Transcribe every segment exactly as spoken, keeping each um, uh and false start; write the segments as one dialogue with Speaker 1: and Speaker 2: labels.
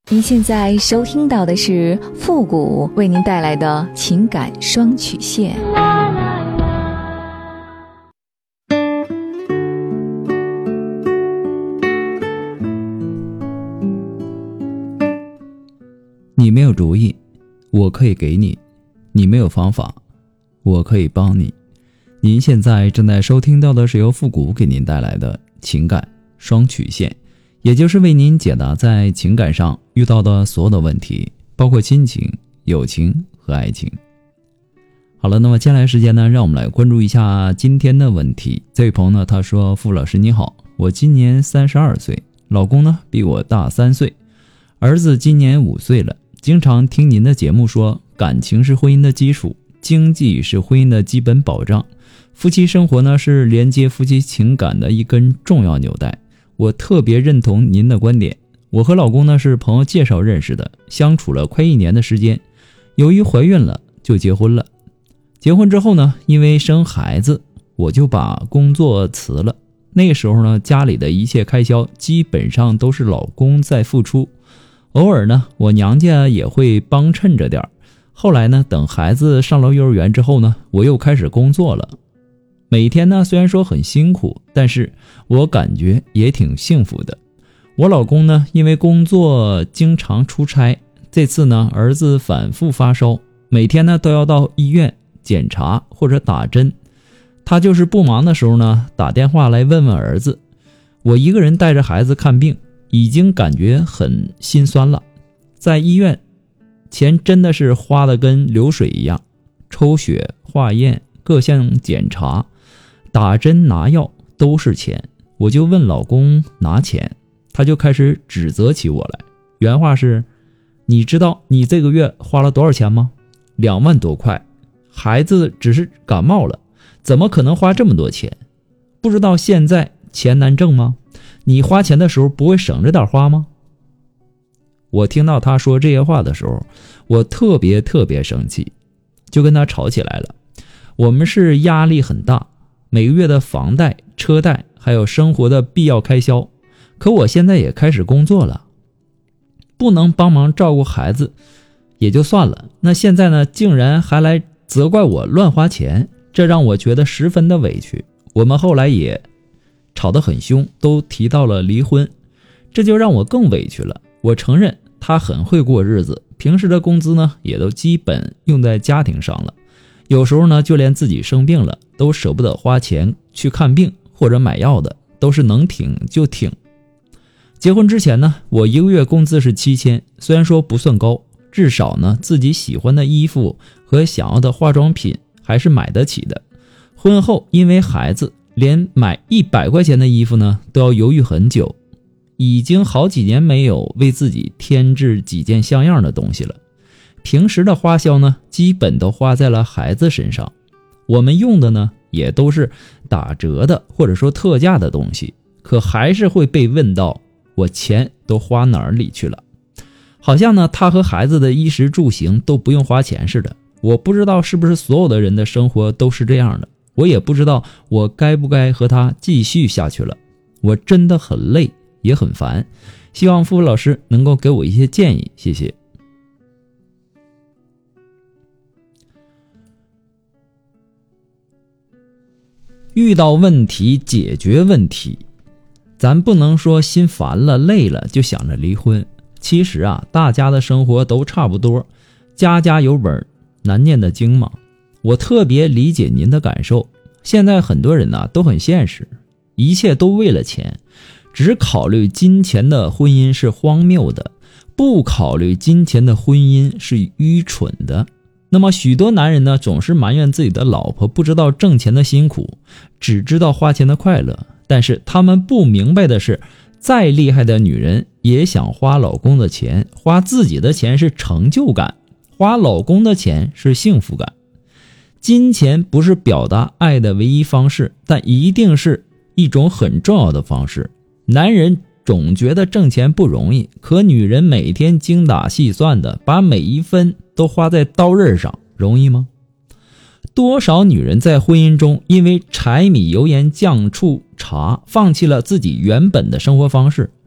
Speaker 1: 您现在收听到的是复古为您带来的情感双曲线。
Speaker 2: 你没有主意，我可以给你；你没有方法，我可以帮你。您现在正在收听到的是由复古给您带来的情感双曲线，也就是为您解答在情感上遇到的所有的问题，包括亲情、友情和爱情。好了，那么接下来时间呢，让我们来关注一下今天的问题。这位朋友呢，他说：傅老师你好，我今年三十二岁，老公呢比我大三岁，儿子今年五岁了。经常听您的节目说，感情是婚姻的基础，经济是婚姻的基本保障，夫妻生活呢是连接夫妻情感的一根重要纽带。我特别认同您的观点。我和老公呢是朋友介绍认识的，相处了快一年的时间，由于怀孕了就结婚了。结婚之后呢，因为生孩子，我就把工作辞了。那个时候呢，家里的一切开销基本上都是老公在付出，偶尔呢，我娘家也会帮衬着点。后来呢，等孩子上了幼儿园之后呢，我又开始工作了。每天呢，虽然说很辛苦，但是我感觉也挺幸福的。我老公呢，因为工作经常出差，这次呢，儿子反复发烧，每天呢都要到医院检查或者打针。他就是不忙的时候呢，打电话来问问儿子。我一个人带着孩子看病，已经感觉很心酸了。在医院，钱真的是花得跟流水一样，抽血、化验、各项检查、打针拿药都是钱。我就问老公拿钱，他就开始指责起我来。原话是：你知道你这个月花了多少钱吗？两万多块，孩子只是感冒了，怎么可能花这么多钱？不知道现在钱难挣吗？你花钱的时候不会省着点花吗？我听到他说这些话的时候，我特别特别生气，就跟他吵起来了。我们是压力很大，每个月的房贷、车贷还有生活的必要开销，可我现在也开始工作了，不能帮忙照顾孩子也就算了，那现在呢，竟然还来责怪我乱花钱，这让我觉得十分的委屈。我们后来也吵得很凶，都提到了离婚，这就让我更委屈了。我承认他很会过日子，平时的工资呢也都基本用在家庭上了，有时候呢就连自己生病了都舍不得花钱去看病或者买药的，都是能挺就挺。结婚之前呢，我一个月工资是七千，虽然说不算高，至少呢自己喜欢的衣服和想要的化妆品还是买得起的。婚后因为孩子，连买一百块钱的衣服呢都要犹豫很久，已经好几年没有为自己添置几件像样的东西了。平时的花销呢基本都花在了孩子身上，我们用的呢也都是打折的或者说特价的东西，可还是会被问到我钱都花哪里去了，好像呢他和孩子的衣食住行都不用花钱似的。我不知道是不是所有的人的生活都是这样的，我也不知道我该不该和他继续下去了。我真的很累也很烦，希望付老师能够给我一些建议，谢谢。遇到问题解决问题，咱不能说心烦了累了就想着离婚。其实啊，大家的生活都差不多，家家有本难念的经嘛。我特别理解您的感受，现在很多人啊都很现实，一切都为了钱，只考虑金钱的婚姻是荒谬的，不考虑金钱的婚姻是愚蠢的。那么许多男人呢，总是埋怨自己的老婆不知道挣钱的辛苦，只知道花钱的快乐。但是他们不明白的是，再厉害的女人也想花老公的钱，花自己的钱是成就感，花老公的钱是幸福感。金钱不是表达爱的唯一方式，但一定是一种很重要的方式。男人总觉得挣钱不容易，可女人每天精打细算的把每一分都花在刀刃上，容易吗？多少女人在婚姻中因为柴米油盐酱醋茶放弃了自己原本的生活方式，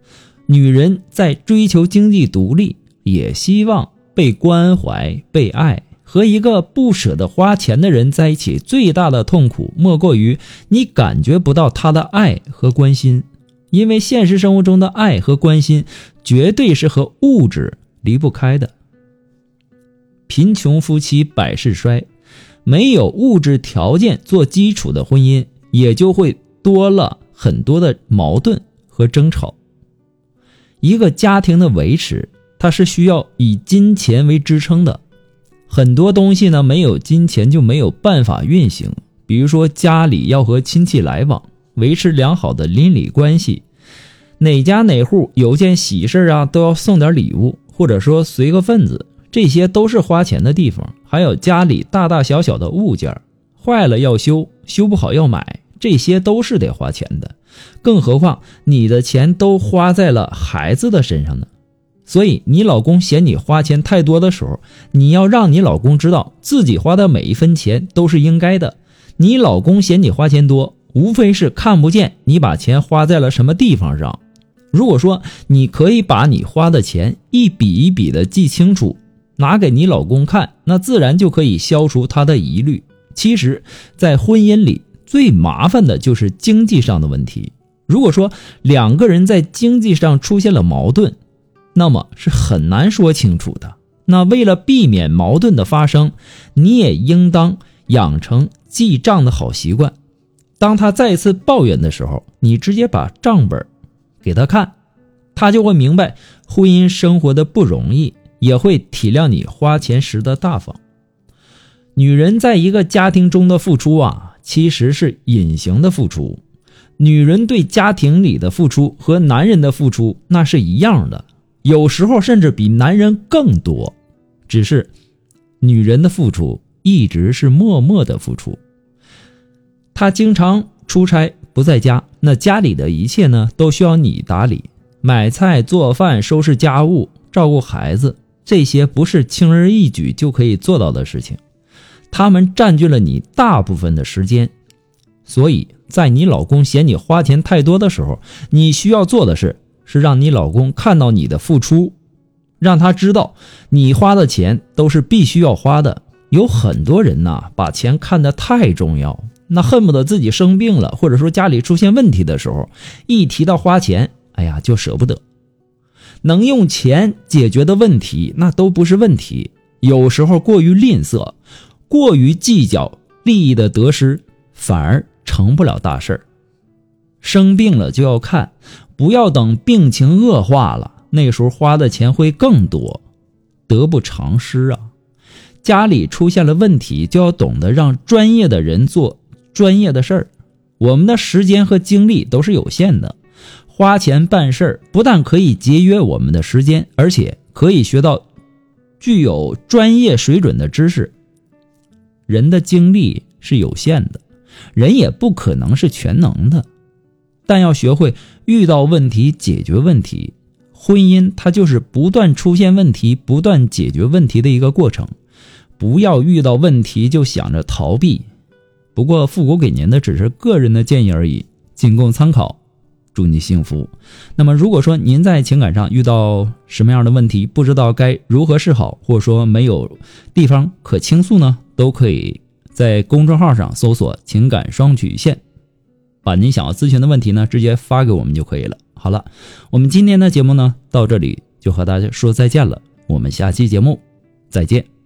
Speaker 2: 女人在追求经济独立，也希望被关怀被爱。和一个不舍得花钱的人在一起，最大的痛苦莫过于你感觉不到他的爱和关心。因为现实生活中的爱和关心绝对是和物质离不开的。贫穷夫妻百事衰，没有物质条件做基础的婚姻，也就会多了很多的矛盾和争吵。一个家庭的维持，它是需要以金钱为支撑的。很多东西呢，没有金钱就没有办法运行。比如说家里要和亲戚来往，维持良好的邻里关系，哪家哪户有件喜事啊，都要送点礼物，或者说随个份子，这些都是花钱的地方。还有家里大大小小的物件，坏了要修，修不好要买，这些都是得花钱的。更何况你的钱都花在了孩子的身上呢。所以你老公嫌你花钱太多的时候，你要让你老公知道自己花的每一分钱都是应该的。你老公嫌你花钱多，无非是看不见你把钱花在了什么地方上。如果说你可以把你花的钱一笔一笔的记清楚，拿给你老公看，那自然就可以消除他的疑虑。其实在婚姻里最麻烦的就是经济上的问题。如果说两个人在经济上出现了矛盾，那么是很难说清楚的。那为了避免矛盾的发生，你也应当养成记账的好习惯。当他再次抱怨的时候，你直接把账本给他看，他就会明白婚姻生活的不容易，也会体谅你花钱时的大方。女人在一个家庭中的付出啊，其实是隐形的付出。女人对家庭里的付出和男人的付出那是一样的，有时候甚至比男人更多，只是女人的付出一直是默默的付出。她经常出差不在家，那家里的一切呢都需要你打理，买菜做饭收拾家务照顾孩子，这些不是轻而易举就可以做到的事情，他们占据了你大部分的时间。所以在你老公嫌你花钱太多的时候，你需要做的是是让你老公看到你的付出，让他知道你花的钱都是必须要花的。有很多人呐，把钱看得太重要，那恨不得自己生病了，或者说家里出现问题的时候，一提到花钱，哎呀就舍不得。能用钱解决的问题那都不是问题，有时候过于吝啬，过于计较利益的得失，反而成不了大事儿。生病了就要看，不要等病情恶化了，那时候花的钱会更多，得不偿失啊。家里出现了问题，就要懂得让专业的人做专业的事儿。我们的时间和精力都是有限的，花钱办事儿不但可以节约我们的时间，而且可以学到具有专业水准的知识。人的精力是有限的，人也不可能是全能的，但要学会遇到问题解决问题。婚姻它就是不断出现问题不断解决问题的一个过程，不要遇到问题就想着逃避。不过复古给您的只是个人的建议而已，仅供参考，祝你幸福。那么如果说您在情感上遇到什么样的问题，不知道该如何是好，或者说没有地方可倾诉呢，都可以在公众号上搜索情感双曲线，把您想要咨询的问题呢直接发给我们就可以了。好了，我们今天的节目呢到这里就和大家说再见了，我们下期节目再见。